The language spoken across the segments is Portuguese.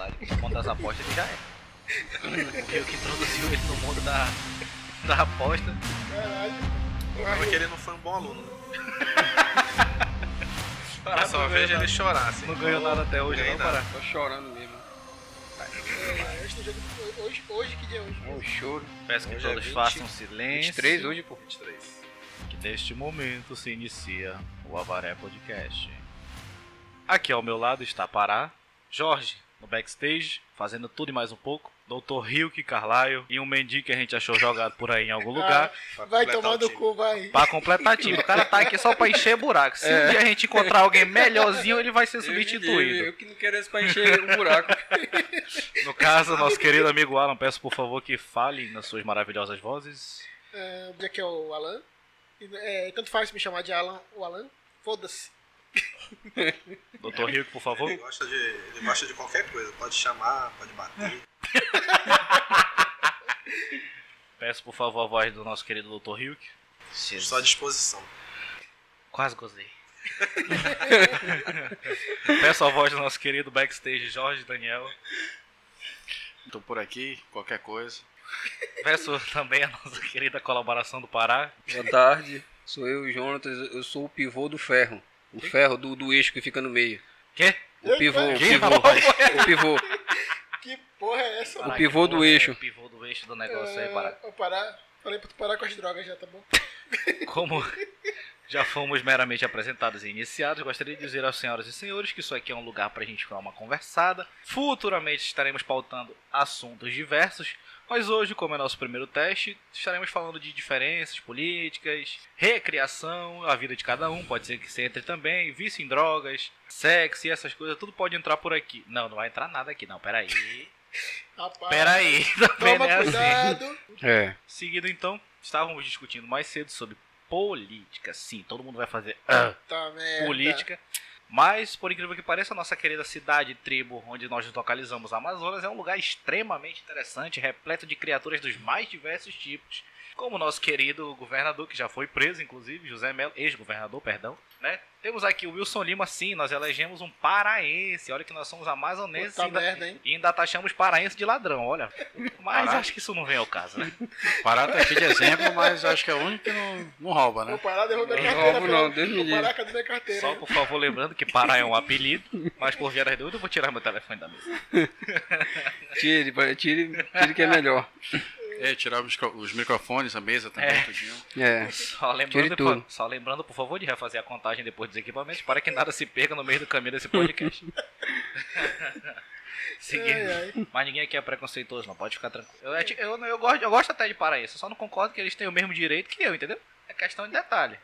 detalhe. No mundo das apostas ele já é. O Rio que introduziu ele no mundo da aposta. Caralho. Prova que ele não foi um bom aluno, né? Pará, Eu só vejo ele chorar, assim. Não ganhou nada até hoje, ganhei não, Pará. Tô chorando mesmo. Hoje que dia é hoje? Ô, choro. Peço que Hoje é todos 20, façam silêncio. 23 hoje, pô. 23. Que neste momento se inicia o Avaré Podcast. Aqui ao meu lado está Pará, Jorge no backstage, fazendo tudo e mais um pouco, Dr. Hilke Carlyle e um mendigo que a gente achou jogado por aí em algum lugar. Vai tomar do cu, vai. Pra completar time. O cara tá aqui só pra encher buraco. Se um dia a gente encontrar alguém melhorzinho, ele vai ser substituído. Eu que não quero esse pra encher o buraco. No caso, nosso querido amigo Alan, peço por favor que fale nas suas maravilhosas vozes. Aqui é o Alan. Tanto faz me chamar de Alan ou Alan. Foda-se. Dr. Hilke, por favor. Ele gosta de qualquer coisa. Pode chamar, pode bater. Peço por favor a voz do nosso querido Dr. Hilke. Só à disposição. Quase gozei. Peço a voz do nosso querido backstage Jorge Daniel. Tô por aqui, qualquer coisa. Peço também a nossa querida colaboração do Pará. Boa tarde. Sou eu, Jonatas. Eu sou o pivô do ferro. O ferro do eixo que fica no meio. Quê? O pivô, o Quem? pivô. O pivô. Que porra é essa? O pivô do eixo. O pivô do eixo do negócio aí, Pará. Vou parar. Falei pra tu parar com as drogas já, tá bom? Como já fomos meramente apresentados e iniciados, gostaria de dizer aos senhoras e senhores que isso aqui é um lugar pra gente dar uma conversada. Futuramente estaremos pautando assuntos diversos, mas hoje, como é nosso primeiro teste, estaremos falando de diferenças políticas, recriação, a vida de cada um, pode ser que você entre também, vício em drogas, sexo e essas coisas, tudo pode entrar por aqui. Não vai entrar nada aqui não, peraí. Rapaz, Peraí, também toma não é assim. cuidado. É. Seguido então, estávamos discutindo mais cedo sobre política. Sim, todo mundo vai fazer Tá merda. política. Mas, por incrível que pareça, a nossa querida cidade, tribo, onde nós nos localizamos, Amazonas, é um lugar extremamente interessante, repleto de criaturas dos mais diversos tipos. Como o nosso querido governador, que já foi preso, inclusive, José Melo, ex-governador, perdão, né? Temos aqui o Wilson Lima, sim, nós elegemos um paraense. Olha que nós somos amazonenses Puta merda, hein? e ainda taxamos paraense de ladrão, olha. Mas Pará. acho que isso não vem ao caso, né? Pará tá aqui de exemplo, mas acho que é o único que não rouba, Vou né? parar, derrubar minha Não carteira. roubo não, pelo- Deus me Vou livre. parar, cadê minha carteira? Só por favor, lembrando que Pará é um apelido, mas por via das dúvidas eu vou tirar meu telefone da mesa. Tire que é melhor. É, tirar os microfones, a mesa também, tudinho. É. Tire tudo. Só lembrando, por favor, de refazer a contagem depois dos equipamentos, para que nada se perca no meio do caminho desse podcast. Seguindo. Ai. Mas ninguém aqui é preconceituoso, não, pode ficar tranquilo. Eu gosto até de paraense, eu só não concordo que eles têm o mesmo direito que eu, entendeu? É questão de detalhe.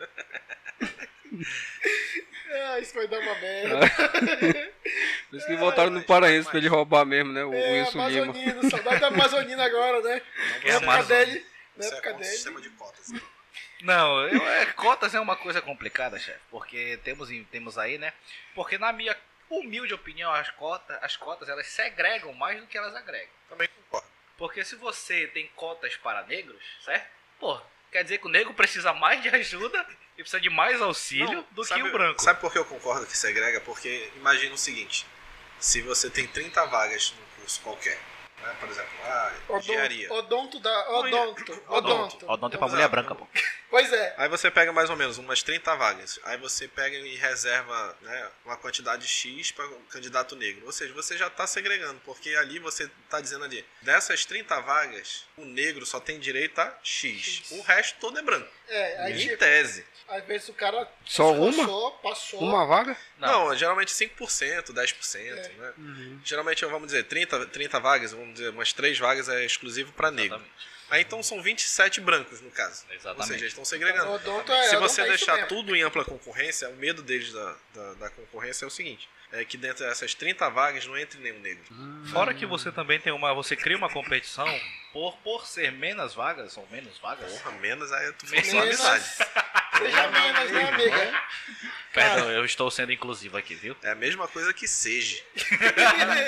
Isso vai dar uma merda. Por isso que voltaram no Paraense pra ele roubar mesmo, né? O Wilson Lima. Amazonino, saudade da Amazonina agora, né? Que é Na época Amazônia. dele. Na Isso é época um dele. sistema de cotas. Não, cotas é uma coisa complicada, chefe, porque temos aí, né? Porque na minha humilde opinião, as cotas elas segregam mais do que elas agregam. Também concordo. Porque se você tem cotas para negros, certo? Pô, quer dizer que o negro precisa mais de ajuda e precisa de mais auxílio Não, do sabe- que o branco. Sabe por que eu concordo que segrega? Porque imagina o seguinte: se você tem 30 vagas num curso qualquer, né? Por exemplo, engenharia. Odonto. Odonto é pra mulher branca, pô. Pois é. Aí você pega mais ou menos umas 30 vagas. Aí você pega e reserva, né, uma quantidade X para um candidato negro. Ou seja, você já está segregando, porque ali você está dizendo ali, dessas 30 vagas, o negro só tem direito a X. O resto todo é branco. Aí Em tipo, tese. às vezes o cara Só passou. Uma vaga? Não, geralmente 5%, 10%. Né? Geralmente, vamos dizer, 30 vagas, vamos dizer, umas 3 vagas é exclusivo para negro. Exatamente. Aí então são 27 brancos no caso. Exatamente. Ou seja, eles estão segregando. Odonto Se odonto você é isso deixar mesmo. tudo em ampla concorrência, o medo deles da concorrência é o seguinte: é que dentro dessas 30 vagas não entre nenhum negro. Fora que você também tem você cria uma competição por ser menos vagas ou menos vagas. Porra, menos aí tu Menos. forçou a amizade. Seja menos, né, amiga? Perdão, eu estou sendo inclusivo aqui, viu? É a mesma coisa que seja.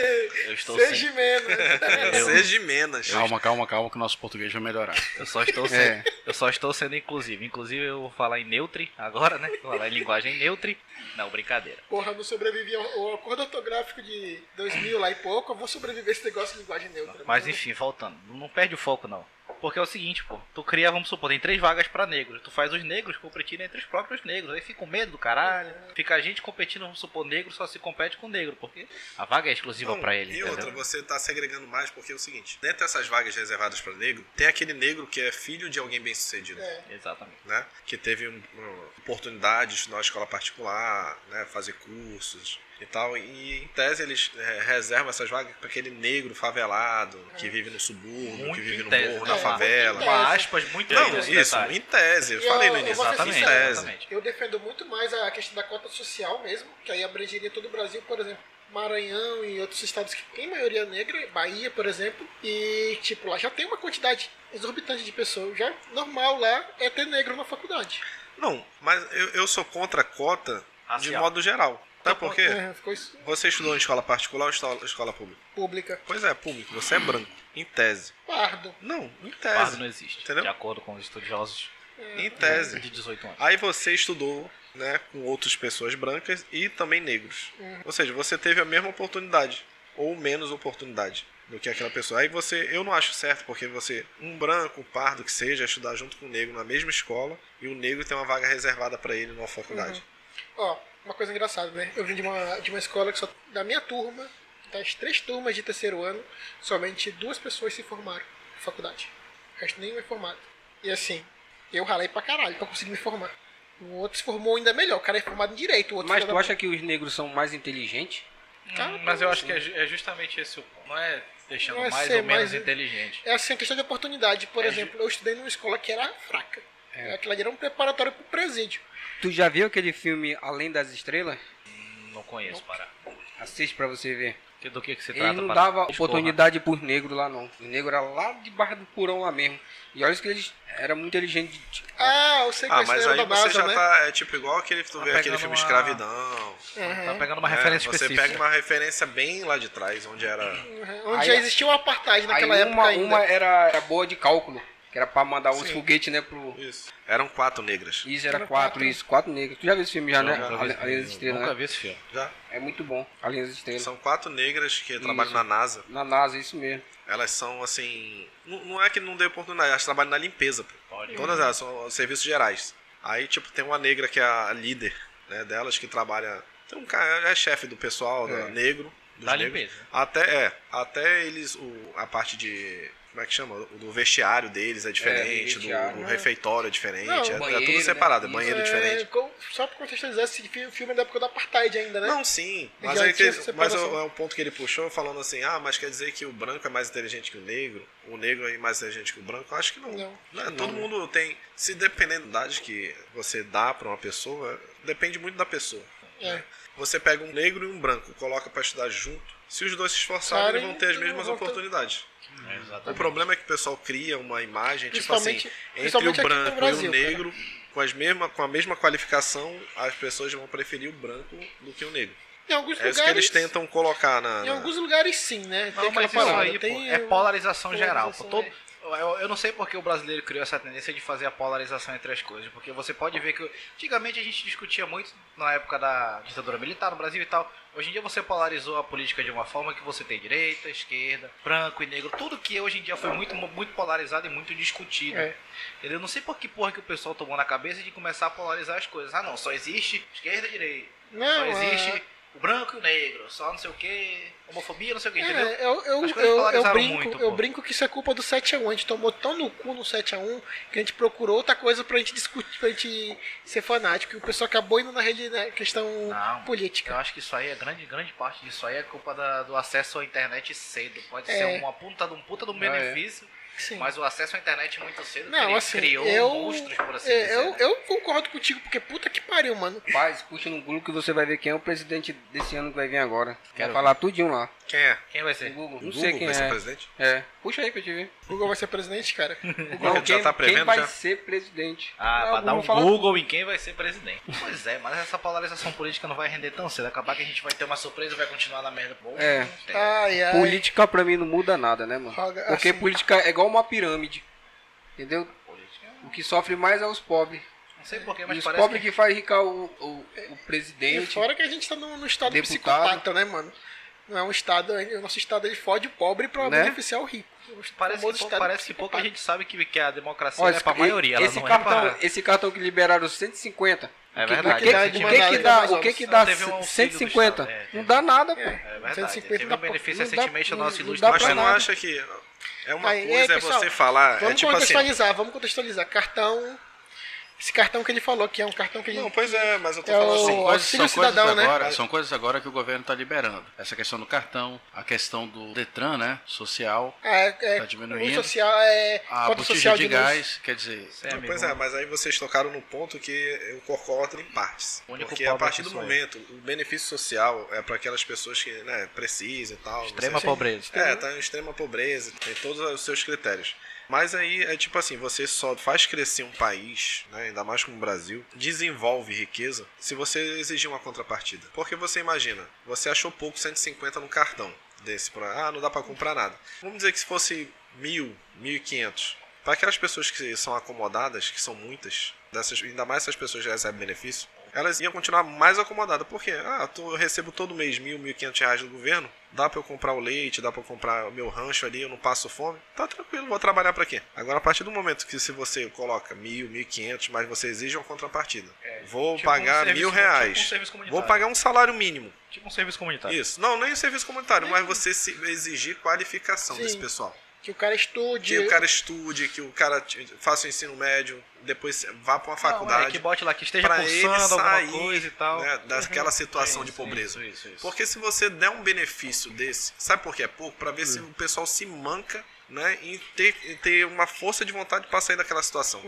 Eu estou Seja sem... menos. Eu- Seja de menos. Calma, que o nosso português vai melhorar. Eu só estou sendo, eu só estou sendo inclusivo. Inclusive eu vou falar em neutri agora, né? Vou falar em linguagem neutri. Não, brincadeira. Porra, não sobrevivi ao acordo ortográfico de 2000 lá e pouco. Eu vou sobreviver a esse negócio de linguagem neutra. Mas enfim, voltando. Não perde o foco, não. Porque é o seguinte, pô. Tu cria, vamos supor, tem 3 vagas pra negros. Tu faz os negros competirem entre os próprios negros. Aí fica com medo do caralho. Fica a gente competindo, vamos supor, negro só se compete com negro. Porque a vaga é exclusiva pra ele, E entendeu? outra, você tá segregando mais porque é o seguinte: dentro dessas vagas reservadas para negro, tem aquele negro que é filho de alguém bem sucedido. Exatamente. Né? Que teve uma oportunidade de estudar na escola particular, né? Fazer cursos e tal. E em tese eles reservam essas vagas para aquele negro favelado que vive no subúrbio, Muito que vive em no tese, morro, né? na favela. Uma aspas muito Não, grande nesse isso, detalhe. em tese. Eu E falei eu- no eu início, vou ser em sincero, tese. Exatamente. Eu defendo muito mais a questão da cota social mesmo, que aí abrangeria todo o Brasil, por exemplo, Maranhão e outros estados que tem maioria negra, Bahia, por exemplo, e tipo, lá já tem uma quantidade exorbitante de pessoas. Já normal lá é ter negro na faculdade. Não, mas eu sou contra a cota de Racial. modo geral. Sabe por quê? Ficou isso Você estudou em escola particular ou escola pública? pública. Pois é, público. Você é branco. Em tese. Pardo. Não, em Pardo tese. não existe. Entendeu? De acordo com os estudiosos Em tese. de 18 anos. Aí você estudou, né, com outras pessoas brancas e também negros. Ou seja, você teve a mesma oportunidade ou menos oportunidade do que aquela pessoa. Aí eu não acho certo porque um branco, um pardo que seja, estudar junto com o negro na mesma escola e o negro tem uma vaga reservada para ele numa faculdade. Ó, uma coisa engraçada, né? Eu vim de uma escola que só da minha turma, das 3 turmas de terceiro ano, somente 2 pessoas se formaram na faculdade. O resto nenhum é formado. E assim, eu ralei pra caralho pra conseguir me formar. O outro se formou ainda melhor, o cara é formado em direito. O outro Mas filho tu da acha que os negros são mais inteligentes? Cara, Mas eu acho que é justamente esse o ponto. Não é deixando Não é mais ser ou menos mais- inteligente. É assim, a questão de oportunidade. Por exemplo, eu estudei numa escola que era fraca. Aquilo ali era um preparatório pro presídio. Tu já viu aquele filme Além das Estrelas? Não conheço, para. Assiste pra você ver. Do que se Ele trata? não Pará? dava Discorra. oportunidade pros negros lá não. Os negros eram lá debaixo do porão lá mesmo. E olha que eles eram muito inteligentes. Ah, eu sei que Ah, esse mas era aí da você NASA, já né? tá. É tipo igual aquele que tu vê aquele pegando filme uma- Escravidão. Tá pegando uma né? referência Você específica. pega uma referência bem lá de trás, onde era. Onde Aí- já existia um apartheid naquela Aí época ainda. uma era boa de cálculo. Que era pra mandar os Sim. foguetes, né, pro... Isso. Eram 4 negras. Isso, era Era 4, quatro. isso. 4 negros. Tu já viu esse filme já, né? Nunca vi Além esse filme. das Estrelas, Nunca né? vi esse filme. Já. É muito bom. Além das Estrelas. São 4 negras que trabalham Isso. na NASA. Na NASA, isso mesmo. Elas são assim. Não é que não dê oportunidade, elas trabalham na limpeza. Pô. Pode. Todas elas são serviços gerais. Aí, tipo, tem uma negra que é a líder, né, delas, que trabalha. Tem um cara, é chefe do pessoal negro. Dos Da negros. limpeza. Até eles, a parte de. Como é que chama? O do vestiário deles é diferente, vestiário, do né? refeitório é diferente, Não, é banheiro, tudo né? separado, é Isso. banheiro diferente. Só pra contextualizar, esse filme é da época do apartheid ainda, né? Não, sim, mas, Já aí tinha que, essa mas separação. é um ponto que ele puxou falando assim, mas quer dizer que o branco é mais inteligente que o negro é mais inteligente que o branco? Eu acho que não. Não. Né? Todo mundo tem, se dependendo da idade que você dá pra uma pessoa, depende muito da pessoa. É. Você pega um negro e um branco, coloca pra estudar junto, se os dois se esforçarem, eles vão ter as mesmas vão ter- oportunidades. O Exatamente. problema é que o pessoal cria uma imagem, tipo assim, Principalmente- entre o principalmente aqui no branco e Brasil, o negro, com a mesma qualificação, as pessoas vão preferir o branco do que o negro. Em alguns É isso lugares. que eles tentam colocar na. Em alguns lugares sim, né? Não, aquela mas isso parada, aí, pô, tem é polarização geral. Pô. polarização, Eu não sei porque o brasileiro criou essa tendência de fazer a polarização entre as coisas. Porque você pode ver que antigamente a gente discutia muito na época da ditadura militar no Brasil e tal. Hoje em dia você polarizou a política de uma forma que você tem direita, esquerda, branco e negro. Tudo que hoje em dia foi muito polarizado e muito discutido. É. Eu não sei por que porra que o pessoal tomou na cabeça de começar a polarizar as coisas. Ah não, só existe esquerda e direita. Não, Só existe o branco e o negro. Só não sei o que, homofobia, não sei o que, entendeu? Eu As coisas polarizaram brinco, muito, eu pô. brinco que isso é culpa do 7x1. A gente tomou tão no cu no 7x1 que a gente procurou outra coisa pra gente discutir, pra gente ser fanático. E o pessoal acabou indo na rede, né, questão Não, política. Eu acho que isso aí é grande parte disso aí é culpa do acesso à internet cedo. Pode É. ser um puta de um benefício. Sim. Mas o acesso à internet muito cedo Não, assim, criou monstros, por assim dizer. eu concordo contigo, porque puta que pariu, mano. Paz, puxa no Google que você vai ver quem é o presidente desse ano que vai vir agora. Quero Vai falar tudinho lá. Quem é? Quem vai No ser? Google. Não Google sei quem vai ser é. presidente? É. Puxa aí pra te ver. O Google vai ser presidente, cara. Não, Já quem, tá prevendo quem vai já? ser presidente? Ah, É, pra o dar um fala Google em quem vai ser presidente. Pois é, mas essa polarização política não vai render tão cedo. Acabar que a gente vai ter uma surpresa e vai continuar na merda. Bom, É. não tem. Ai, ai. Política pra mim não muda nada, né, mano? Roga- Porque assim- política é igual uma pirâmide. Entendeu? Política, O que sofre mais é os pobres. não sei porquê, E mas os parece pobres que... que faz ricar o E presidente. fora que a gente tá no estado Deputado. psicopata, né, mano? Não é um estado, o nosso estado ele fode o pobre pra Né? beneficiar o rico. O Parece famoso que, estado parece que pouca psicopata. gente sabe que a democracia Olha, é pra maioria, ela esse não cartão, é pra... esse cartão que liberaram 150. É o que- verdade, O que, essa o semana que aí dá, do o que Amazonas. dá Teve um auxílio do 150? Estado, Não dá nada, pô. É verdade, 150 teve dá um benefício não dá- recentemente ao nosso não ilustre dá Mas pra você não nada. acha que é uma Aí, coisa pessoal, você falar, Vamos tipo assim... vamos contextualizar. Cartão. Esse cartão que ele falou, que é um cartão que ele. Não, pois é, mas eu tô É falando o- assim... auxílio cidadão, né? São coisas agora que o governo está liberando. Essa questão do cartão, a questão do Detran, né? Social, Tá diminuindo. O social é. a Cota botija social de luz. gás, quer dizer, Pois é, mas aí vocês tocaram no ponto que eu concordo em partes. O único Porque pobre a partir aqui do sou eu. momento, o benefício social é para aquelas pessoas que precisam e tal. Extrema você- pobreza. Tá em extrema pobreza, tem todos os seus critérios. Mas aí é tipo assim, você só faz crescer um país, né, ainda mais como o Brasil, desenvolve riqueza se você exigir uma contrapartida. Porque você imagina, você achou pouco 150 no cartão desse, não dá pra comprar nada. Vamos dizer que se fosse 1.000, 1.500, para aquelas pessoas que são acomodadas, que são muitas, ainda mais essas pessoas que recebem benefício, elas iam continuar mais acomodadas. Por quê? Eu recebo todo mês 1.500 reais do governo, dá pra eu comprar o leite, dá pra eu comprar o meu rancho ali, eu não passo fome. Tá tranquilo, vou trabalhar pra quê? Agora, a partir do momento que se você coloca 1.000, 1.500, mas você exige uma contrapartida. Vou Tipo um pagar serviço- R$1.000. tipo um serviço comunitário. Vou pagar um salário mínimo. Tipo um serviço comunitário. Isso. Não, nem o serviço comunitário, mas você exigir qualificação Sim. desse pessoal. Que o cara estude. Que o cara estude, que o cara faça o ensino médio, depois vá pra uma faculdade. Que bote lá, que esteja Pra ele cursando alguma sair, coisa e tal. né, daquela situação de Isso, pobreza. isso. Porque se você der um benefício desse, sabe por que é pouco? Pra ver se o pessoal se manca, né, em ter uma força de vontade pra sair daquela situação.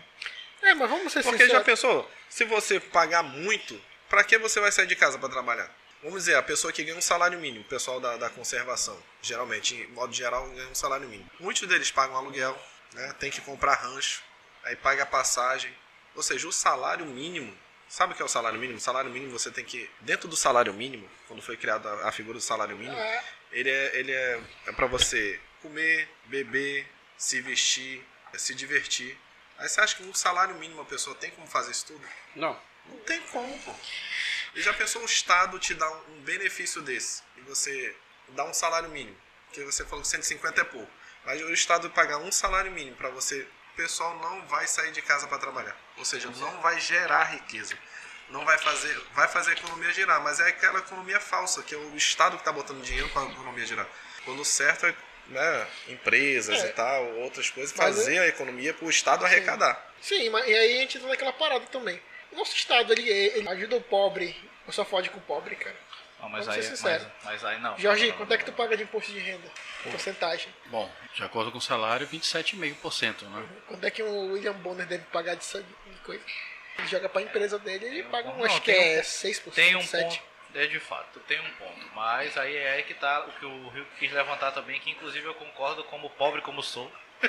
É, mas vamos ser Porque já sinceros. pensou, se você pagar muito, pra que você vai sair de casa pra trabalhar? Vamos dizer, a pessoa que ganha um salário mínimo, o pessoal da conservação, geralmente, em modo geral, ganha um salário mínimo. Muitos deles pagam aluguel, né, tem que comprar rancho, aí paga passagem. Ou seja, o salário mínimo, sabe o que é o salário mínimo? O salário mínimo você tem que, dentro do salário mínimo, quando foi criada a figura do salário mínimo, ele é para você comer, beber, se vestir, se divertir. Aí você acha que um salário mínimo a pessoa tem como fazer isso tudo? Não. Não tem como, pô. E já pensou o Estado te dar um benefício desse? E você dá um salário mínimo? Porque você falou que 150 é pouco. Mas o Estado pagar um salário mínimo para você, o pessoal não vai sair de casa para trabalhar. Ou seja, não vai gerar riqueza. Não vai fazer a economia girar. Mas é aquela economia falsa, que é o Estado que está botando dinheiro para a economia girar. Quando o certo é, né, empresas e tal, outras coisas, Mas fazer a economia para o Estado arrecadar. Sim, mas e aí a gente tá naquela parada também. O nosso estado, ele ajuda o pobre, ou só fode com o pobre, cara. Não, mas Vamos aí, ser sinceros. mas aí não. Jorge, Não, quanto é que tu paga de imposto de renda? Porcentagem. bom, de acordo com o salário, 27,5%, né? Quanto é que o William Bonner deve pagar de coisa? Ele joga pra empresa dele, ele paga não, acho que tem é um- 6%, Tem um 7%. ponto. É de fato, tem um ponto. Mas aí é aí que tá o que o Rio quis levantar também, que inclusive eu concordo como pobre como sou.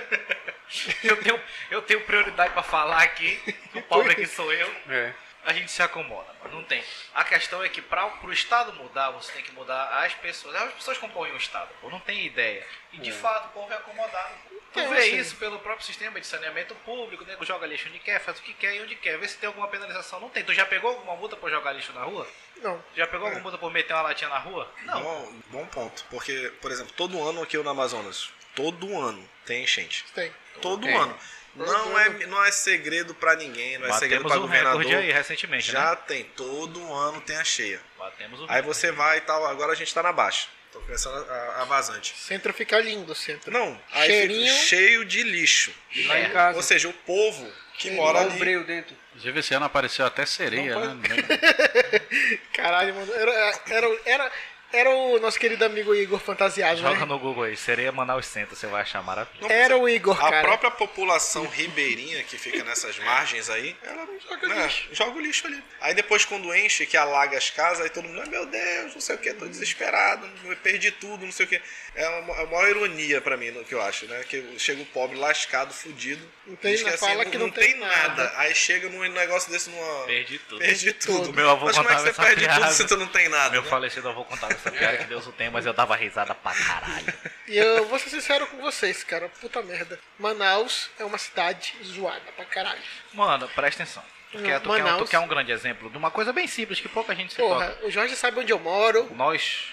eu tenho prioridade pra falar aqui, que o pobre que sou eu. É. A gente se acomoda, mas não tem. A questão é que pro Estado mudar, você tem que mudar as pessoas. As pessoas compõem o Estado, pô, não tem ideia. E de fato o povo é acomodado. Tu É, vê assim. isso pelo próprio sistema de saneamento público, o nego joga lixo onde quer, faz o que quer e onde quer. Vê se tem alguma penalização. Não tem. Tu já pegou alguma multa por jogar lixo na rua? Não. Já pegou alguma multa por meter uma latinha na rua? Não. Bom ponto. Porque, por exemplo, todo ano aqui no Amazonas, todo ano tem enchente. Tem. Todo Tem. ano. Não é segredo pra ninguém, não é segredo Batemos pra um governador. recorde aí recentemente, Já né? tem, todo ano tem a cheia. Batemos o Aí recorde. você vai e tal, agora a gente tá na baixa. Tô começando a vazante. Centro fica lindo, o centro. Não, aí Cheirinho. fica cheio de lixo. Lá em casa. Ou seja, o povo que mora Olha o ali. breu dentro. Inclusive, esse ano apareceu até sereia, Não né? Caralho, mano. Era o nosso querido amigo Igor fantasiado, Joga né? no Google aí, sereia Manaus Centro, você vai achar maravilhoso. Era o Igor, A cara. própria população ribeirinha que fica nessas margens aí, ela joga o lixo ali. Aí depois quando enche, que alaga as casas, aí todo mundo, meu Deus, não sei o que, tô desesperado, eu perdi tudo, não sei o que. É a maior ironia pra mim, no que eu acho, né? Que chega o pobre lascado, fudido, Tem, diz que fala que não tem nada. Aí chega num negócio desse numa... Perdi tudo. Perdi tudo. Meu avô Mas como é que contava você essa perde piada. tudo se tu não tem nada? Meu né? falecido avô contava essa piada, que Deus o tem, mas eu dava risada pra caralho. E eu vou ser sincero com vocês, cara. Puta merda. Manaus é uma cidade zoada pra caralho. Mano, presta atenção. Manaus. Tu quer um grande exemplo de uma coisa bem simples que pouca gente se Porra, toca. o Jorge sabe onde eu moro. Nós.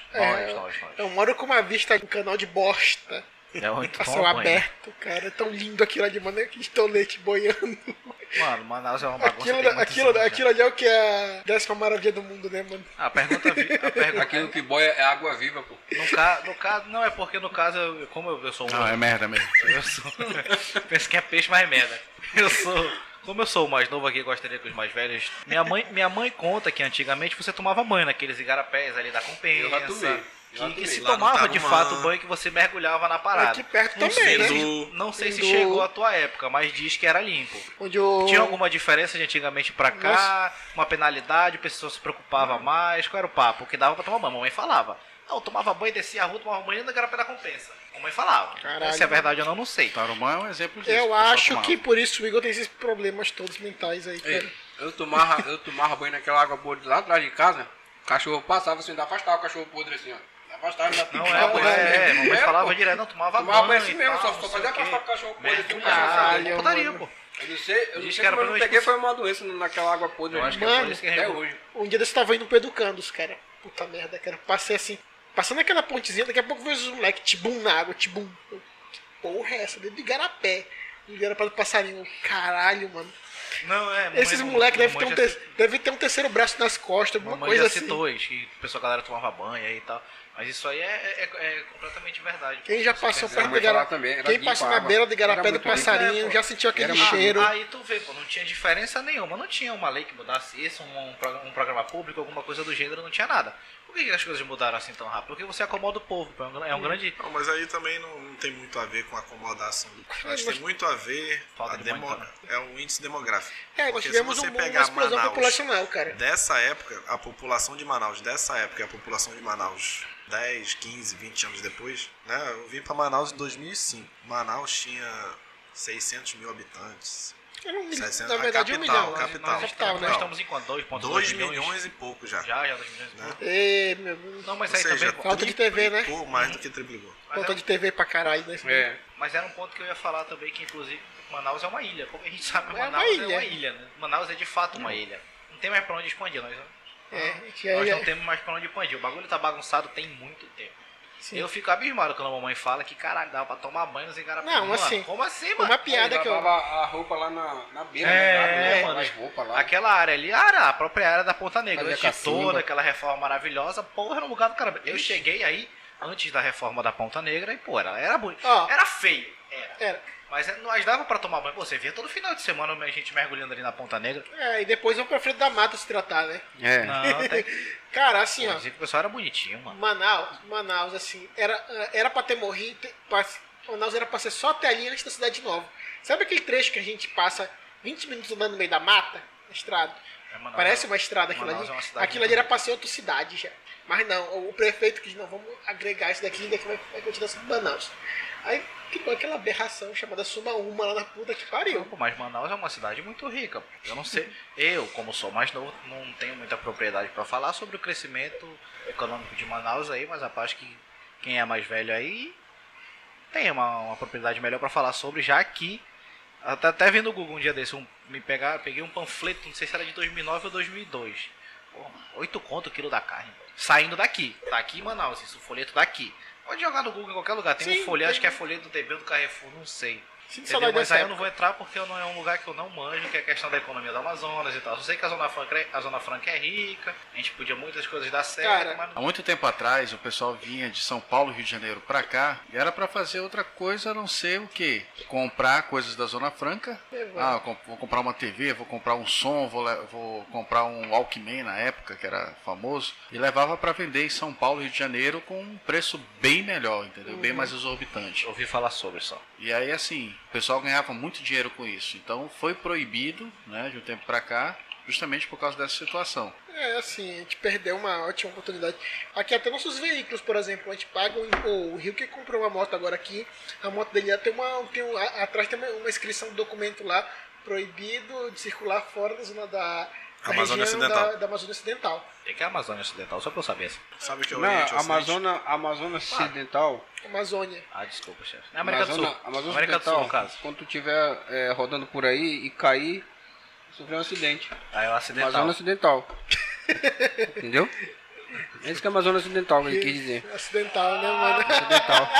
Eu moro com uma vista em um canal de bosta. É muito A bom, céu banho. aberto, cara. É tão lindo aquilo ali, mano. Que estolete boiando. Mano, Manaus é uma bagunça. tem muitos Aquilo anos, aquilo ali é o que é a 10ª maravilha do mundo, né, mano? A pergunta. Aquilo que boia é água viva, pô. No caso, não, é porque no caso, como eu sou um. Não, é merda mesmo. Eu sou. Penso que é peixe, mas é merda. Como eu sou o mais novo aqui, gostaria que os mais velhos. Minha mãe conta que antigamente você tomava banho naqueles igarapés ali da Compensa. Eu já tomei. Que se Lá no tomava de Tarumã. fato o banho que você mergulhava na parada. Aqui perto Não também, sei né? Não sei se Do- chegou a tua época, mas diz que era limpo. Onde o... Tinha alguma diferença de antigamente pra cá? Uma penalidade? A pessoa se preocupava mais? Qual era o papo? Porque dava pra tomar banho. A mamãe falava. Não, eu tomava banho, descia a rua, tomava banho no Igarapé da Compensa. A mamãe falava. Caralho. Se é verdade ou não, não sei. Tarumã é um exemplo disso. Eu o pessoal acho tomava. que por isso o Igor tem esses problemas todos mentais aí, cara. Ei, eu tomava banho naquela água podre lá atrás de casa. O cachorro passava assim, ainda afastava o cachorro podre assim, ó. Afastava, ainda Não picava, é, mamãe É, falava pô. direto, não, tomava Tomava banho. banho assim e mesmo, tal, só não fazia sei o quê. afastar o cachorro podre assim, o Mergulhava, cachorro Caralho, putaria, mano. pô. Eu não sei Diz que se era eu não pelo peguei expulso. foi uma doença naquela água podre. Eu acho que é Mano, por isso que até regou. hoje. Um dia desse tava indo pro Educandos, cara. Puta merda, cara. Passei assim, passando aquela pontezinha, daqui a pouco veio os moleques, tibum na água, tibum. Eu, que porra é essa? Dentro do Igarapé. Do Igarapé do passarinho. Caralho, mano. Não, é. Esses moleques devem ter um terceiro braço nas costas, alguma Mamãe coisa já assim. citou isso, que a pessoa, a galera tomava banho aí e tal. Mas isso aí é completamente verdade. Quem já passou Você perto Minha do mãe falava Igarapé, também, era quem limpa passou a na água. beira do Igarapé Era do muito limpa. passarinho, pô. já sentiu aquele Era muito cheiro. Aí tu vê, pô, não tinha diferença nenhuma, não tinha uma lei que mudasse isso, um programa público, alguma coisa do gênero, não tinha nada. Por que as coisas mudaram assim tão rápido? Porque você acomoda o povo, pô, é um grande... Não, mas aí também não tem muito a ver com a acomodação do povo. Acho que tem muito a ver Falta de banho também. é o índice demográfico. É, nós Porque tivemos se você uma pegar explosão Manaus populacional, cara. dessa época, a população de Manaus dessa época e a população de Manaus 10, 15, 20 anos depois, né? Eu vim pra Manaus em 2005. Manaus tinha 600 mil habitantes. Era um milhão, 700, na verdade, a um milhão. capital. Né? Nós estamos em quanto? 2,2 2 milhões? milhões e pouco já. Já 2 milhões. Né? Ê, meu Deus. Não, mas Ou aí seja, também... Falta de TV, né? triplicou mais do que triplicou. Falta de TV pra caralho, né? É. Mas era um ponto que eu ia falar também, que inclusive Manaus é uma ilha. Como a gente sabe, É Manaus uma é ilha. uma ilha, né? Manaus é de fato uma ilha. Não tem mais pra onde expandir, nós É, não temos mais pra onde expandir. O bagulho tá bagunçado tem muito tempo. Sim. Eu fico abismado quando a mamãe fala que, caralho, dava pra tomar banho nos Igarapé. Não, Mano, assim, como assim, mano? Uma piada Ele que eu... lavava a roupa lá na beira, É, né? mano. As roupas lá. Aquela área ali era a própria área da Ponta Negra. Fazia Antes de cacimba. toda aquela reforma maravilhosa, porra, era um lugar do caramba. Eu cheguei aí antes da reforma da Ponta Negra e, pô, era bonito. Ó. Era feio, Era. Mas nós dava pra tomar banho. Pô, você via todo final de semana a gente mergulhando ali na Ponta Negra. É, e depois vamos pra frente da mata se tratar, né? É. Não, tem... Cara, assim, ó. Inclusive o pessoal era bonitinho, mano. Manaus, assim, era pra ter morrido. Manaus era pra ser só até ali antes da Cidade Nova. Sabe aquele trecho que a gente passa 20 minutos andando no meio da mata? Na estrada? É, Manaus, Parece uma estrada aquilo Manaus ali. é uma cidade Aquilo muito ali era pra ser outra cidade já. Mas não, o prefeito quis, não, vamos agregar isso daqui vai continuar sendo Manaus. Aí ficou aquela aberração chamada Sumaúma lá na puta que pariu. Pô, mas Manaus é uma cidade muito rica. Eu não sei. Eu, como sou mais novo, não tenho muita propriedade pra falar sobre o crescimento econômico de Manaus aí, mas acho que quem é mais velho aí tem uma propriedade melhor pra falar sobre, já que até vendo o Google um dia desse, peguei um panfleto, não sei se era de 2009 ou 2002. Porra, 8 conto o quilo da carne. Saindo daqui. Tá aqui em Manaus, isso, o folheto daqui. Pode jogar no Google em qualquer lugar. Tem Sim, um folheto, tem. acho que é folheto do DB do Carrefour, não sei. Se Entendeu? saudade Mas dessa aí eu não época. vou entrar porque não é um lugar que eu não manjo, que é a questão da economia do Amazonas e tal. Eu sei que a Zona Franca é rica, a gente podia muitas coisas dar certo, Cara, mas Há muito tempo atrás, o pessoal vinha de São Paulo, Rio de Janeiro pra cá, e era pra fazer outra coisa a não ser o quê? Comprar coisas da Zona Franca. Vou comprar uma TV, vou comprar um som, vou comprar um Walkman na época, que era famoso, e levava pra vender em São Paulo, Rio de Janeiro, com um preço bem melhor, entendeu? Bem mais exorbitante. ouvi falar sobre só. E aí, assim, o pessoal ganhava muito dinheiro com isso. Então, foi proibido, né, de um tempo pra cá, justamente por causa dessa situação. É, assim, a gente perdeu uma ótima oportunidade. Aqui até nossos veículos, por exemplo, a gente paga o Rio que comprou uma moto agora aqui, a moto dele atrás tem uma inscrição do documento lá, proibido de circular fora da zona da Amazônia região Ocidental. da Amazônia Ocidental. O que é a Amazônia Ocidental? Só pra eu saber. Assim. Sabe o que é o Não, Oriente Ocidente? Amazônia Ocidental. Amazônia. Ah, desculpa, chefe. É América do Sul. Amazônia América do Sul, Ocidental, no caso. quando tu estiver rodando por aí e cair, sofrer um acidente. Aí é o acidental. Amazônia Ocidental. Entendeu? É isso que é Amazônia Ocidental, que ele quis dizer. Acidental, né, mano? Ocidental.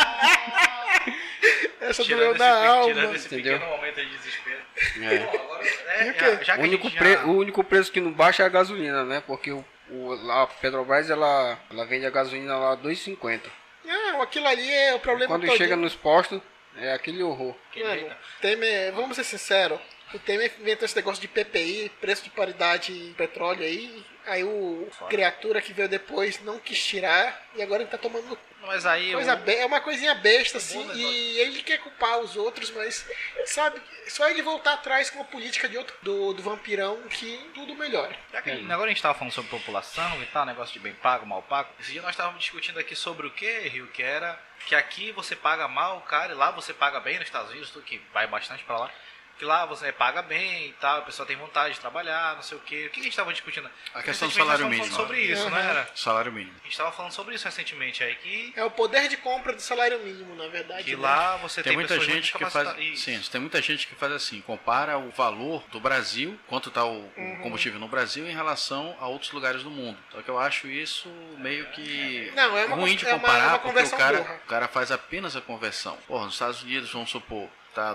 Essa Tirando doeu esse, na alma. tirando esse Entendeu? pequeno momento de desespero. É. Bom, agora, E o quê? já que O único, a gente já... o único preço que não baixa é a gasolina, né? Porque a Petrobras ela vende a gasolina lá R$2,50. Não, aquilo ali é o problema Quando todo. chega nos postos, é aquele horror. Mano, Temer, vamos ser sinceros, o Temer inventou esse negócio de PPI, preço de paridade em petróleo aí o criatura que veio depois não quis tirar e agora ele tá tomando Mas aí... é uma coisinha besta assim negócio. e ele quer culpar os outros, mas sabe, só ele voltar atrás com a política de outro do vampirão que tudo melhora. Já que agora a gente tava falando sobre população e tal, negócio de bem pago, mal pago. Esse dia nós estávamos discutindo aqui sobre o que, Rio, que era que aqui você paga mal, cara, e lá você paga bem nos Estados Unidos, tu que vai bastante pra lá. Que lá você paga bem e tal, a pessoa tem vontade de trabalhar, não sei o quê. O que a gente estava discutindo? A questão do Recentemente nós salário távamos mínimo. falando sobre isso, Uhum. né? Salário mínimo. A gente estava falando sobre isso recentemente aí, que É o poder de compra do salário mínimo, na verdade. né? lá você Tem tem muita pessoas gente muito que faz, capacitadas. sim, tem muita gente que faz assim, compara o valor do Brasil, quanto está o combustível no Brasil em relação a outros lugares do mundo. Só que eu acho isso meio que Não, é uma- ruim de é uma comparar, porque conversão o burra. cara faz apenas a conversão. Porra, nos Estados Unidos, vamos supor, tá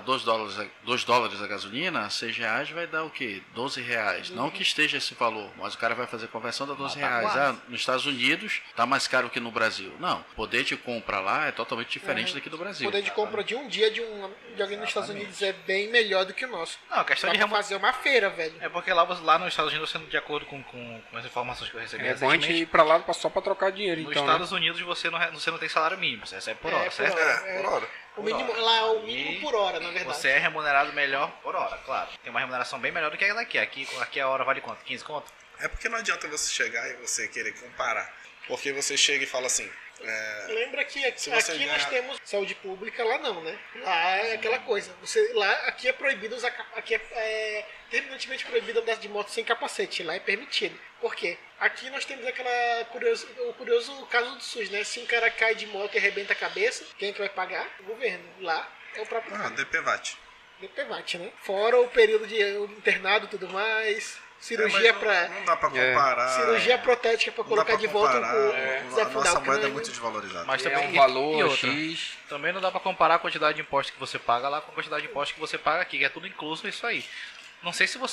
$2 a gasolina, R$6 vai dar o quê? R$12. Não que esteja esse valor, mas o cara vai fazer conversão, dá R$12. quase. Nos Estados Unidos tá mais caro que no Brasil. Não, o poder de compra lá é totalmente diferente daqui do O Brasil. poder de compra de um dia de alguém nos Estados Unidos é bem melhor do que o nosso. Não, a questão Dá de pra fazer uma feira, velho. É porque lá nos Estados Unidos, sendo de acordo com as informações que eu recebi É bom a gente recentemente, ir pra lá só pra trocar dinheiro, nos então. Né? Estados Unidos você não tem salário mínimo, você recebe por hora, por certo? hora. É, por hora. O mínimo, lá é o mínimo por hora, na verdade. Você é remunerado melhor por hora, claro. Tem uma remuneração bem melhor do que a daqui. Aqui a hora vale quanto? 15 conto? É porque não adianta você chegar e você querer comparar. Porque você chega e fala assim, Lembra que Se aqui, você nós ganhar- temos saúde pública, lá não, né? Lá é aquela coisa. Aqui é proibido usar aqui é terminantemente proibido andar de moto sem capacete. Lá é permitido. Por quê? Aqui nós temos o curioso caso do SUS, né? Se um cara cai de moto e arrebenta a cabeça, quem que vai pagar? O governo. Lá é o próprio DPVAT. DPVAT, né? Fora o período de internado e tudo mais. Cirurgia Mas não dá pra comparar. cirurgia protética pra Não dá colocar pra de volta comparar. o A desafundar nossa o moeda é crânio. muito desvalorizada. Mas É também um e valor outra, X. também não dá pra comparar a quantidade de impostos que você paga lá com a quantidade de impostos que você paga aqui, que é tudo incluso isso aí. Não sei se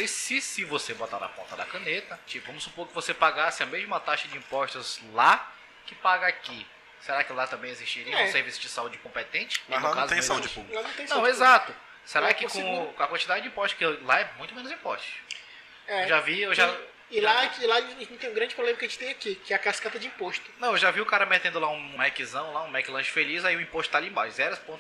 você botar na ponta da caneta, tipo, vamos supor que você pagasse a mesma taxa de impostos lá que paga aqui. Será que lá também existiria um serviço de saúde competente? E Mas no lá não caso tem não saúde existe. pública. Lá não tem Não, saúde exato. Será Lá que por seguro. com a quantidade de impostos que lá é muito menos impostos? É. Eu já E lá a gente tem um grande problema que a gente tem aqui, que é a cascata de imposto. Não, eu já vi o cara metendo lá um Maczão, lá um McLanche feliz, aí o imposto tá ali embaixo,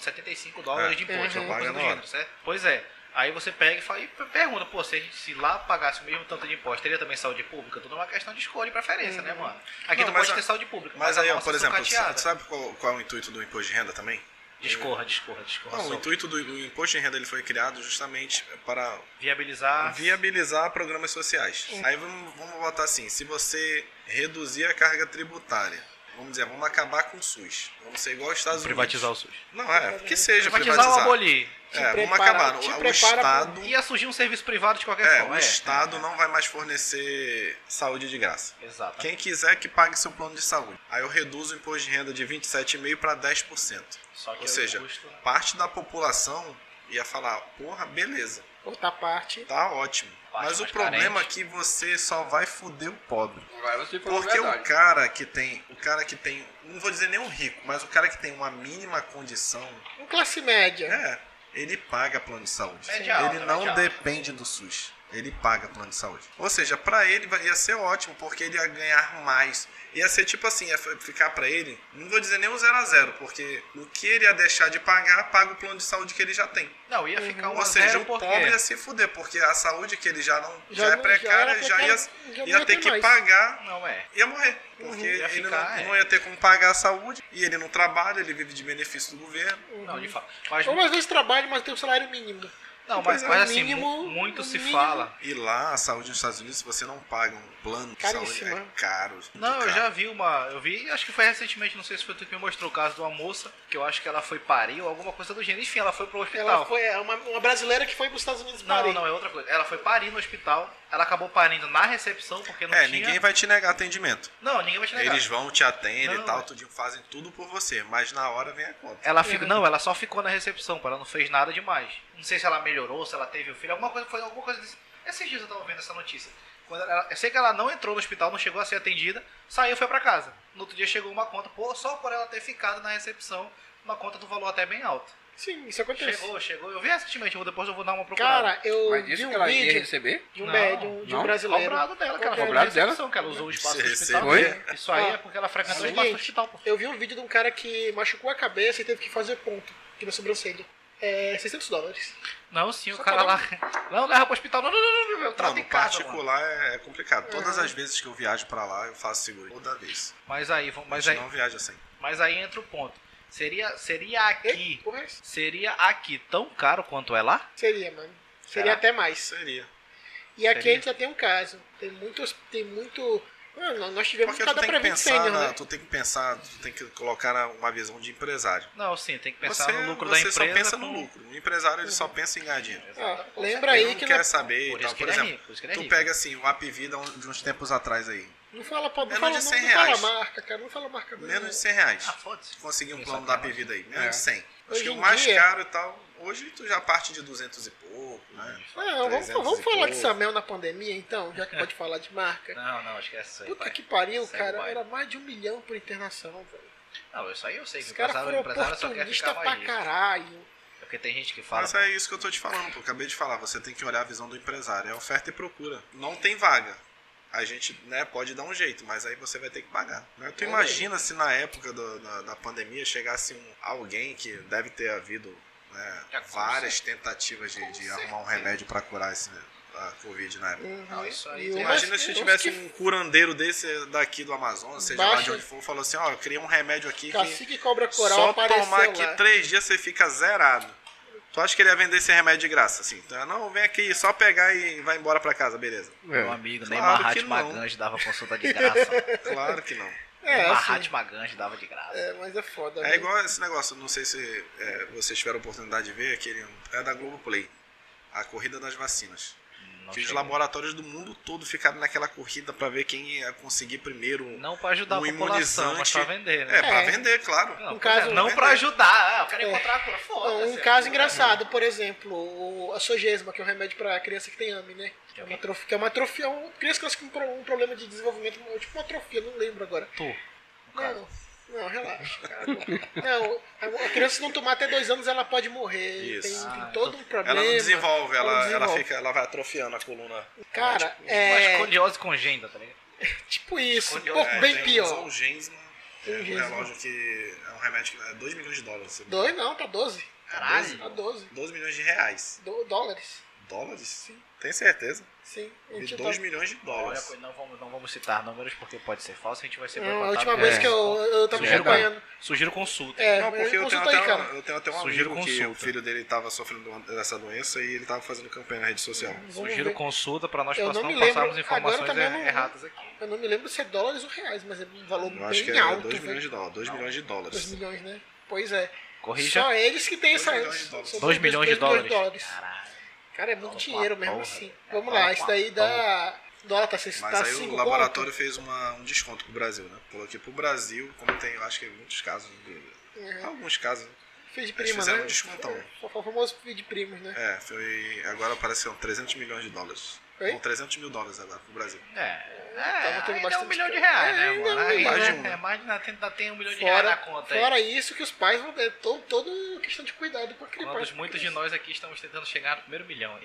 $0,75 de imposto, Uhum. alguma coisa do Paga na gênero, hora. certo? Pois é. Aí você pega e fala, e pergunta, pô, se lá pagasse o mesmo tanto de imposto, teria também saúde pública? Tudo é uma questão de escolha e preferência, né, mano? Aqui Não, tu mas pode ter saúde pública, Mas a aí, ó, nossa por exemplo, sucateada. sabe qual é o intuito do imposto de renda também? Discorra. Não, o Só intuito do imposto de renda ele foi criado justamente para viabilizar. viabilizar programas sociais. Aí vamos botar assim, se você reduzir a carga tributária, vamos dizer, vamos acabar com o SUS. Vamos ser igual aos Estados Privatizar o Unidos. SUS. Não, que seja Privatizar ou abolir. Vamos prepara- acabar. te O prepara Estado, Ia surgir um serviço privado de qualquer forma. o Estado não vai mais fornecer saúde de graça. Exato. Quem quiser que pague seu plano de saúde. Aí eu reduzo o imposto de renda de 27,5% para 10%. Só que Ou o seja, custo- parte da população ia falar, porra, beleza, Outra parte. tá ótimo. Parte Mas o mais problema é carente. que você só vai foder o pobre. Agora você falou Porque verdade. o cara que tem, não vou dizer nem um rico, mas o cara que tem uma mínima condição, Um classe média. ele paga plano de saúde. Média alta, Ele não média alta. depende do SUS. Ele paga plano de saúde. Ou seja, pra ele ia ser ótimo, porque ele ia ganhar mais. Ia ser tipo assim, ia ficar pra ele, não vou dizer nem um 0 a 0, porque o que ele ia deixar de pagar, paga o plano de saúde que ele já tem. Não, ia ficar Ou seja, 1-0 o porque... pobre ia se fuder, porque a saúde que ele já é Já precária, era já precária, já não ia ia ter ter que mais. pagar, Não é. ia morrer. Porque Ia ele ficar, não ia ter como pagar a saúde, e ele não trabalha, ele vive de benefício do governo. Não, de fato. Mas, Ou às vezes trabalha, mas tem um salário mínimo. não, Pois mas, é, mas o assim, mínimo- muito o se mínimo- fala. E lá, a saúde nos Estados Unidos, se você não paga um plano de Caríssimo, saúde, né? é caro. muito Não, eu caro. já vi eu vi, acho que foi recentemente, não sei se foi tu que me mostrou o caso de uma moça, que eu acho que ela foi parir ou alguma coisa do gênero. Enfim, ela foi pro hospital. Ela foi uma brasileira que foi para os Estados Unidos Não, parir. não, é outra coisa. Ela foi parir no hospital, ela acabou parindo na recepção, porque não tinha... Ninguém vai te negar atendimento. Não, ninguém vai te negar. Eles vão, te atendem Não, e tal, é. tudinho, fazem tudo por você, mas na hora vem a conta. Ela fica, não, ela só ficou na recepção, pô, ela não fez nada demais. Não sei se ela melhorou, se ela teve o filho, alguma coisa desse. Esses dias eu tava vendo essa notícia. Eu sei que ela não entrou no hospital, não chegou a ser atendida, saiu e foi pra casa. No outro dia chegou uma conta, só por ela ter ficado na recepção, uma conta do valor até bem alto. Sim, isso acontece. Chegou. Eu vi recentemente, depois eu vou dar uma procurada. Cara, eu Mas vi disse um que ela ia vídeo receber? de um, Não, de um não. brasileiro. Cobrado dela, que ela foi Cobrado na dela? recepção, que ela usou o espaço do Você hospital. recebeu? Isso aí Ah, é porque ela frequentou o seguinte, espaço do hospital, pô. Eu vi um vídeo de um cara que machucou a cabeça e teve que fazer ponto aqui na sobrancelha. $600. Não, sim, o Só cara lá. Não, leva pro hospital. Não, eu Não, trato no em casa, mano. particular é complicado. Todas as vezes que eu viajo pra lá, eu faço seguro. Toda vez. Mas aí, A gente não viaja assim. mas aí entra o ponto. Seria Ei, aqui. porra, é essa? Seria aqui tão caro quanto é lá? Seria, mano. Seria Será? até mais. Seria. E aqui Seria? a gente já tem um caso. Tem muito. Mano, nós tivemos Porque cada tu tem que prevent pensar, senior, né? tu tem que colocar uma visão de empresário. Não, sim, tem que pensar no lucro da você empresa. só pensa com- no lucro. O empresário ele só pensa em ganhar dinheiro. Ah, lembra Ele aí não que quer saber Por e tal. isso que Por ele é exemplo, rico, por isso que ele é tu rico. pega assim o Apvida de uns tempos atrás aí. não fala, não menos fala, de 100 não fala reais. marca, cara. Não fala marca. não. Menos de 100 reais. Ah, foda-se. Conseguir um Quem plano sabe da que é Apvida aí. Menos É. de 100. Acho Hoje que o em mais dia- caro e tal. Hoje tu já parte de 200 e pouco, né? Não, 300 vamos e falar de pouco. Samel na pandemia, então, já que pode falar de marca. Não, esquece isso aí. Puta pai. que pariu, Segue cara. o baile. Era mais de 1 milhão por internação, velho. Não, isso aí eu sei que Os o caras foram empresário só quer oportunistas ficar mais pra rico. caralho. É porque tem gente que fala. Mas é isso que eu tô te falando, pô. Acabei de falar. Você tem que olhar a visão do empresário. É oferta e procura. Não tem vaga. A gente, né, pode dar um jeito, mas aí você vai ter que pagar. Né? Tu imagina se na época da pandemia chegasse alguém que deve ter havido, né, Já, com várias tentativas de arrumar um remédio pra curar a Covid na época. Não, isso aí E tem- uma- Imagina se uns tivesse que- um curandeiro desse daqui do Amazonas, seja lá de Baixa- onde for, falou assim, ó, eu criei um remédio aqui que Cacique Cobra Coral só apareceu tomar aqui lá. 3 dias você fica zerado. Tu acha que ele ia vender esse remédio de graça, assim? Então, não, vem aqui, só pegar e vai embora pra casa, beleza. Meu amigo, nem Claro que Mahatma não. Gandhi dava consulta de graça. Claro que não. É, Nem assim, Mahatma Gandhi dava de graça. mas é foda. É né? igual esse negócio, não sei se vocês tiveram a oportunidade de ver, aquele é da Globoplay, a corrida das vacinas. Não Que os cheguei. laboratórios do mundo todo ficaram naquela corrida pra ver quem ia conseguir primeiro Não pra ajudar um a população, mas imunizante. pra vender, né? É, pra É. vender, claro. Não, Um caso- não vender. pra ajudar. Eu quero encontrar a cura. Foda-se. Um caso engraçado, por exemplo, a Sogesma, que é um remédio pra criança que tem AME, né? Que é uma atrofia. Que é uma atrofia, criança com um problema de desenvolvimento, tipo uma atrofia, não lembro agora. Tu. no caso. Não, relaxa, cara. Não, a criança se não tomar até 2 anos ela pode morrer. Isso. Tem todo um problema. Ela não desenvolve, Ela ela desenvolve. fica, ela vai atrofiando a coluna. Cara, Uma é escoliose congênita, tá ligado? tipo isso, um escoliose. pouco bem tem pior. Um Zolgensma, um Zolgensma. relógio que é um remédio que é $2 milhões. 2 não, tá 12. Caralho. Tá 12. 12 milhões de reais. Dólares. Dólares? Sim. Tem certeza? Sim. A De gente 2 tá- milhões de Olha, dólares. não vamos citar números porque pode ser falso, a gente vai ser Não, a boicotado. última vez que eu tava Sugiro, acompanhando. Sugiro consulta. É, Não, porque eu tenho, consulta aí, cara. eu tenho até um Sugiro amigo que o consulta. filho dele estava sofrendo dessa doença e ele estava fazendo campanha na rede social. Vamos Sugiro ver. consulta pra nós Eu não não me lembro. passarmos informações Agora também eu não- erradas aqui. Eu não me lembro se é dólares ou reais, mas é um valor Eu acho que bem é alto. 2 milhões de velho. dólares. 2 milhões de 2 dólares. milhões, né? Pois é. Corrija. Só eles que têm 2 essa. milhões de dólares. são 2 milhões de 2 dólares. Caralho. Cara, é muito dinheiro mesmo porra. assim. É Vamos uma lá, isso daí dá. Dólar tá, Mas tá aí 5 o laboratório fez um desconto pro Brasil, né? Falou que pro Brasil, como tem, eu acho que muitos casos, alguns casos, né? Feed Eles prima, fizeram né? um descontão. Foi o famoso feed primos, né? Agora apareceu 300 milhões de dólares. Oi? Com 300 mil dólares agora pro Brasil. Tava tendo ainda é bastante R$1 milhão, coisa. né, Ainda mano? é Ainda mais de um, né? ainda tem R$1 milhão na conta aí. Fora isso que os pais vão ter toda questão de cuidado pra criar. Quando muitos de nós aqui estamos tentando chegar no primeiro milhão.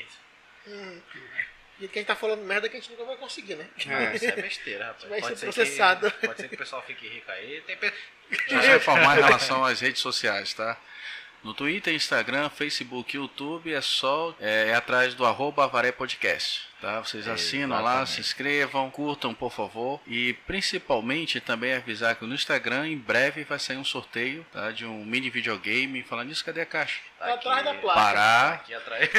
E quem tá falando merda que a gente nunca vai conseguir, né? Isso é besteira, rapaz. Vai ser ser processado. Pode ser que o pessoal fique rico aí. Deixa eu informar em relação às redes sociais, tá? No Twitter, Instagram, Facebook, YouTube é atrás do @avarépodcast, tá? Vocês assinam lá, se inscrevam, curtam, por favor. E principalmente também avisar que no Instagram em breve vai sair um sorteio, tá? De um mini videogame. Falando nisso, cadê a caixa? Tá atrás da placa. Pará. Aqui atrás.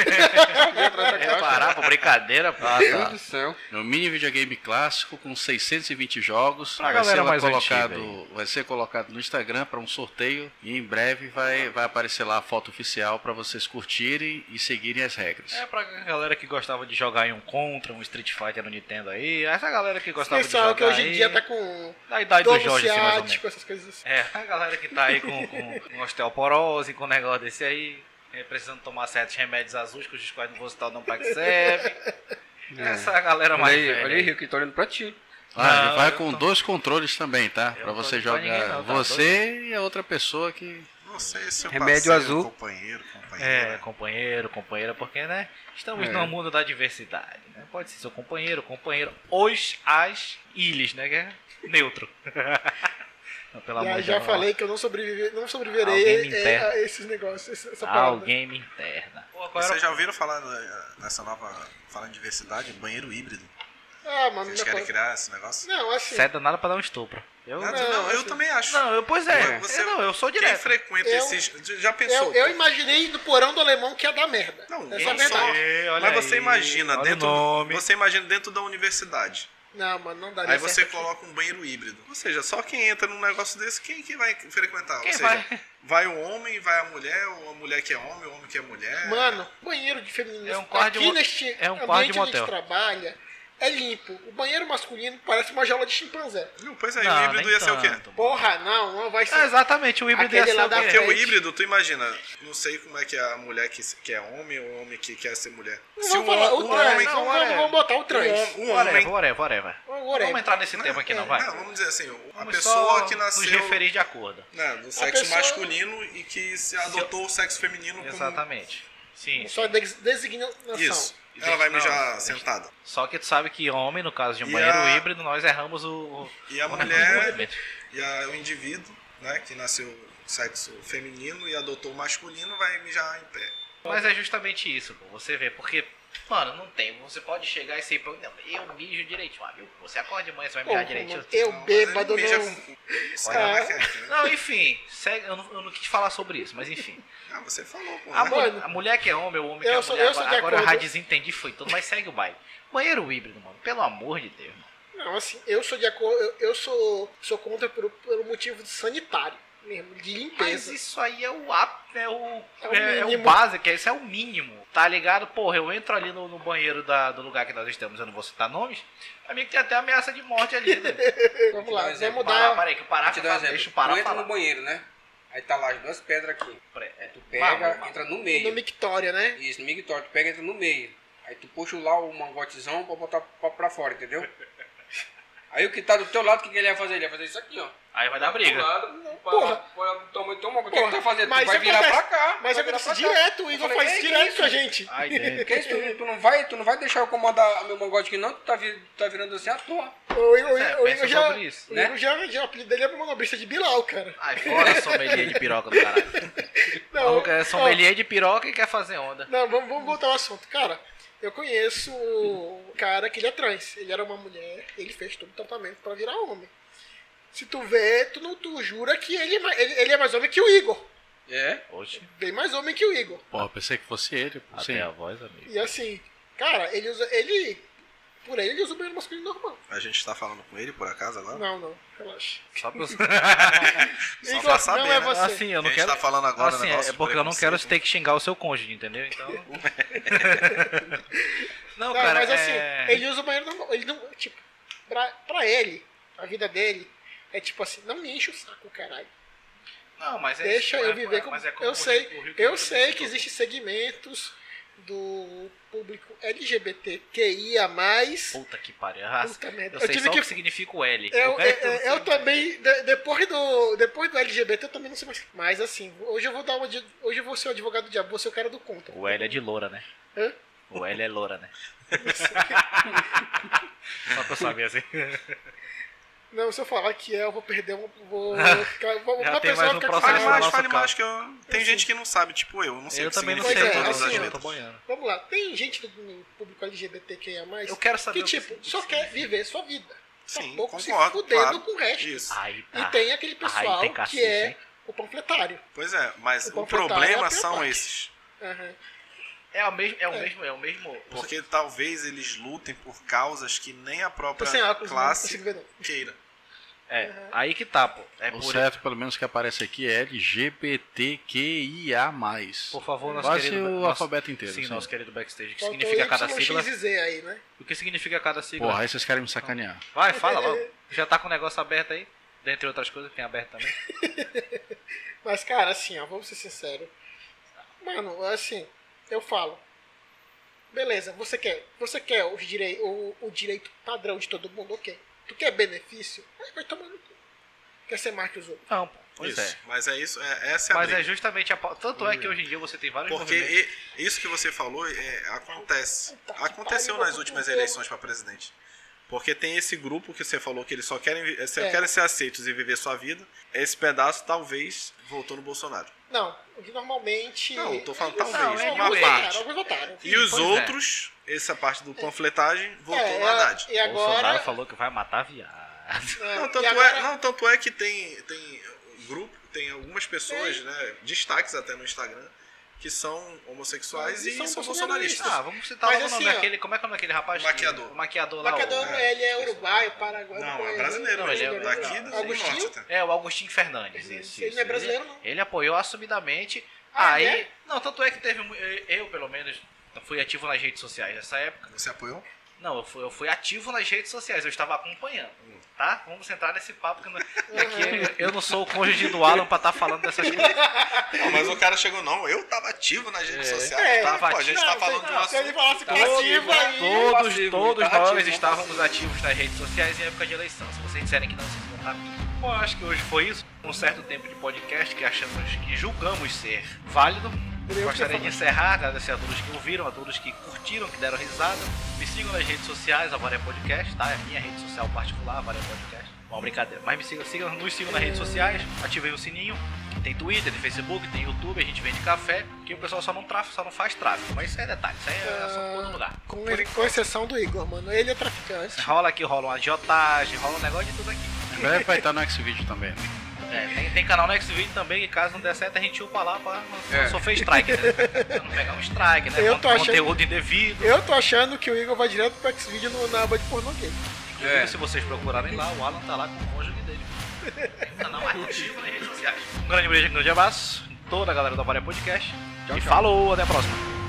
Parar por brincadeira, pô. Meu Deus do céu. É um mini videogame clássico com 620 jogos. Pra galera mais antiga vai ser colocado no Instagram para um sorteio e em breve vai aparecer lá a foto oficial para vocês curtirem e seguirem as regras. É pra galera que gostava de jogar em um Contra, um Street Fighter no Nintendo aí. Essa galera que gostava de Pessoal jogar que hoje em aí, dia tá com da idade do dano Jorge, assim, mais ou menos. ciático, essas coisas assim. A galera que tá aí com osteoporose, com um negócio desse aí, precisando tomar certos remédios azuis, cujos quais não vou citar o nome pra que serve. Essa é a galera mais velha. Olha aí, Rico, tô olhando pra ti. Ele vai eu com tô- 2 controles também, tá? Eu Para não você tô pra jogar ninguém não, tá você e a outra pessoa que... Não sei se eu Remédio azul. companheiro. Companheiro, porque, né? Estamos no mundo da diversidade, né? Pode ser seu companheiro, as, ilhas, né? Que é neutro. Não, pelo amor de Já Deus. falei que eu não Alguém sobreviverei me interna. a esses negócios, essa parada. Alguém me interna. Pô, qual era- Vocês já ouviram falar nessa nova... Falando em diversidade, banheiro híbrido? Ah, mano, Vocês querem criar esse negócio? não, assim, Você é danado pra dar um estupro. Eu Eu assim- também acho. Não, pois é. Você- Eu sou Quem direto. frequenta Eu- esses... Já pensou? eu imaginei no porão do alemão que ia dar merda. Não, Essa é não a verdade. só. Olha Mas você aí, imagina olha o dentro... nome. Você imagina dentro da universidade. Não, mano, não daria Aí você certo. coloca um banheiro híbrido. Ou seja, só quem entra num negócio desse, quem que vai frequentar? Quem Ou seja, vai? o homem, vai a mulher, ou a mulher que é homem, o homem que é mulher. Mano, banheiro de feminino É um quarto de aqui mo- neste é um quarto ambiente de onde a gente motel. trabalha é limpo. O banheiro masculino parece uma jaula de chimpanzé. Não, pois é, Não, o híbrido nem ia ser o quê? tanto. Porra, não vai ser. Exatamente, o híbrido ia Aquele ser lá o da quê? Porque o frente. híbrido, tu imagina, não sei como é que é a mulher que é homem ou o homem que quer ser mulher. Não Se vamos o falar, o trans, homem... não, whatever. vamos botar o trans. Um homem... Whatever. Vamos entrar nesse tema aqui, não vai? Não, vamos dizer assim, a Vamos pessoa só que nos nasceu referir de acordo. né, do sexo pessoa- masculino e que se adotou o sexo feminino como... Exatamente. Sim. Só designação. Isso. Ela vai Não, mijar gente. sentada. Só que tu sabe que homem, no caso de um E banheiro a- híbrido, nós erramos o E a negócio do mulher movimento. e o indivíduo, né, que nasceu sexo feminino e adotou o masculino, vai mijar em pé. Mas é justamente isso, pô. Você vê, porque, mano, não tem. Você pode chegar e ser. Não, eu mijo direitinho, viu? Você acorda de manhã, você vai mijar direitinho. Eu Não, bêbado mas ele mija não. com- Olha, Olha, né? Não, enfim, segue, eu não quis falar sobre isso, mas enfim. Ah, você falou, pô. A, Né? Mano, a mulher que é homem, o homem que eu é sou- mulher, eu sou de agora eu já acordo. desentendi, foi tudo, mas segue o baile. Banheiro híbrido, mano, pelo amor de Deus, mano. Não, assim, eu sou de acordo. Eu sou contra pelo motivo sanitário mesmo, de Mas limpeza. isso aí é o ato, é o mínimo. básico, isso é o mínimo, tá ligado? Porra, eu entro ali no banheiro do lugar que nós estamos, eu não vou citar nomes, pra mim que tem até ameaça de morte ali, né? Vamos lá, Vou te dar um vamos Para, dar. para aí, que o Pará Vou te dar um exemplo. deixa o Tu Pará entra falar. no banheiro, né? Aí tá lá as duas pedras aqui. Tu pega, Vamos. entra no No meio. mictória, né? Isso, no mictório. Tu pega, entra no meio. Aí tu puxa lá o mangotezão pra botar pra fora, entendeu? Aí o que tá do teu lado, o que ele ia fazer? Ele ia fazer isso aqui, ó. Aí vai dar Do briga. lado, Porra. olha o tamanho do teu mangol. O que ele tá fazendo? Mas Tu vai isso virar acontece- pra cá. Mas vai virar acontece pra cá. direto, o Eu Igor falei, faz "Ei, direto que com a isso?" gente. Ai, dentro. Que isso? Tu não vai deixar eu comandar meu mangote aqui, não? Tu tá virando assim à toa. O Igor pensa já. sobre isso, O né? Igor já o apelido dele é manobrista de Bilal, cara. Ai, fora sommelier de piroca do caralho. O maluco é sommelier de piroca e quer fazer onda. Não, vamos voltar ao assunto. Cara, eu conheço o cara que ele é trans. Ele era uma mulher, ele fez todo o tratamento pra virar homem. Se tu vê, tu jura que ele é mais homem que o Igor. É? Oxe, Bem mais homem que o Igor. Pô, eu pensei que fosse ele. até Sim. a voz, amigo. E assim, cara, por aí ele usa o banheiro masculino normal. A gente tá falando com ele, por acaso, agora? Não, relaxa. Só pra... Só Igor, pra saber, não é né? você. Assim, eu não A gente quero... tá falando agora assim, negócio é de porque eu não quero preconceito. ter que xingar o seu cônjuge, entendeu? Então... Não, Não, cara, mas assim, é... ele usa o banheiro normal. Ele não, tipo, pra ele, a vida dele, é tipo assim, não me enche o saco, caralho. Não, mas Deixa eu viver como... mas é como eu o sei, Rio- o Rio eu também sei que citou. existem segmentos do público LGBTQIA+. Puta que pariu. Puta merda. Eu Eu sei tive só o que- que significa o L. Eu, O resto não eu, sei eu mais. também, depois do LGBT, eu também não sei mais. Mas assim, hoje eu vou dar hoje eu vou ser o advogado do diabo, vou ser o cara do contra. O L é de loura, né? Hã? O L é loura, né? Só pra eu saber assim. Não, se eu falar que eu vou perder, vou ficar. Já Uma tem pessoa mais um fica processo Fale no mais, nosso fale mais, caso. que eu... Tem gente que não sabe, tipo eu. Não sei Eu o que também não significa sei, todas assim, as eu tô letras. boiando. Vamos lá, tem gente do público LGBTQIA+, Eu quero saber que o que tipo, só quer viver sua vida. Sim, Tá pouco se concordo, fudendo claro. com o resto. Isso. Aí E tá. tem aquele pessoal Aí tem cacete, que é hein? o panfletário. Pois é, mas O o panfletário é a problema pior são parte. esses. Aham. É o mesmo. Porque talvez eles lutem por causas que nem a Tô própria sem óculos, não classe consigo ver não. queira. É, aí que tá, pô. É O por certo, pelo menos, que aparece aqui é LGBTQIA+. Por favor, nosso Quase querido... o nosso- alfabeto inteiro. Sim, sim. nosso querido backstage. O que Faltou significa cada Y, sigla? X e Z aí, né? O que significa cada sigla? Porra, aí vocês querem me sacanear. Vai, fala logo. Já tá com o negócio aberto aí? Dentre outras coisas que tem aberto também. Mas, cara, assim, ó, vamos ser sinceros. Mano, assim, eu falo. Beleza, você quer o direito padrão de todo mundo, ok. Tu quer benefício? Aí vai tomar no cu. Quer ser mais que os outros. Não, pô. Pois Isso. é. Mas é isso, essa é a Mas briga. é justamente a... Tanto é que hoje em dia você tem vários Porque movimentos. isso que você falou acontece. Puta que Aconteceu pariu, nas últimas eu- eleições para presidente. Porque tem esse grupo que você falou que eles só querem, É. querem ser aceitos e viver sua vida. Esse pedaço talvez voltou no Bolsonaro. Não, o que normalmente. Não, eu tô falando Eles- talvez, não, uma alguns parte. votaram, alguns votaram. E os pois é. outros, essa parte do panfletagem, voltou no É, Haddad. e Bolsonaro agora. falou que vai matar viado. Não, e tanto, agora- tanto é que tem grupo, tem algumas pessoas, Tem. né, destaques até no Instagram, que são homossexuais E e são são bolsonaristas. bolsonaristas. Ah, vamos citar Mas logo o nome assim, ó, daquele... Como é que é o nome daquele rapaz? O maquiador. O maquiador O lá. marcador, o- ele é uruguaio, paraguaio. Não, é conheço. brasileiro. Não, ele é mesmo, daqui do Agostinho? norte até. É, o Agostinho Fernandes. Isso, Ele não é brasileiro, não. Ele apoiou assumidamente. Ah, aí. é? Não, tanto é que teve. Eu, pelo menos, fui ativo nas redes sociais nessa época. Você apoiou? Não, eu fui ativo nas redes sociais, eu estava acompanhando. Tá? Vamos entrar nesse papo que aqui eu não sou o cônjuge do Alan pra estar falando dessas coisas. Não, mas o cara chegou, não, eu tava ativo nas redes sociais. É, Tá? Pô, a ativo. gente tá falando de um Se ele assunto. falasse Todos, passivo aí. Todos, passivo, todos tá nós ativo, não estávamos passivo. ativos nas redes sociais em época de eleição. Se vocês disserem que não, vocês vão estar mim. Bom, acho que hoje foi isso. Um certo tempo de podcast que achamos que julgamos ser válido. Gostaria de encerrar, agradecer a todos que ouviram, a todos que curtiram, que deram risada. Me sigam nas redes sociais, a Varia Podcast, tá? É a minha rede social particular, a Varia Podcast. Uma brincadeira. Mas nos sigam nas redes sociais, ativem o sininho. Tem Twitter, tem Facebook, tem YouTube, a gente vende café, que o pessoal só não faz tráfego. Mas isso é detalhe, isso aí é só por todo lugar. Com exceção do Igor, mano. Ele é traficante. Rola aqui, rola uma agiotagem, rola um negócio de tudo aqui. Em breve vai estar no Xvideo também. Tem canal no Xvideo também, e caso não der certo a gente upa lá pra É. sofrer strike, né? Pra não pegar um strike, né? Eu tô achando- Conteúdo indevido. Eu tô achando que o Igor vai direto pro Xvideo na aba de pornô gay. Inclusive, se vocês procurarem lá, o Alan tá lá com o cônjuge dele. Canal ativo nas redes sociais. Um grande beijo, um grande abraço. Toda a galera do Varia Podcast. E falou, até a próxima.